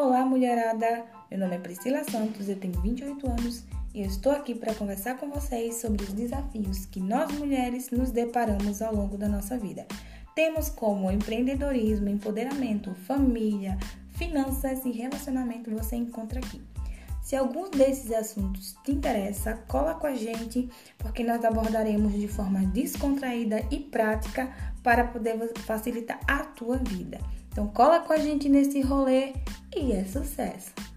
Olá, mulherada! Meu nome é Priscila Santos, eu tenho 28 anos e eu estou aqui para conversar com vocês sobre os desafios que nós mulheres nos deparamos ao longo da nossa vida. Temas como empreendedorismo, empoderamento, família, finanças e relacionamento você encontra aqui. Se algum desses assuntos te interessa, cola com a gente, porque nós abordaremos de forma descontraída e prática para poder facilitar a tua vida. Então cola com a gente nesse rolê e é sucesso!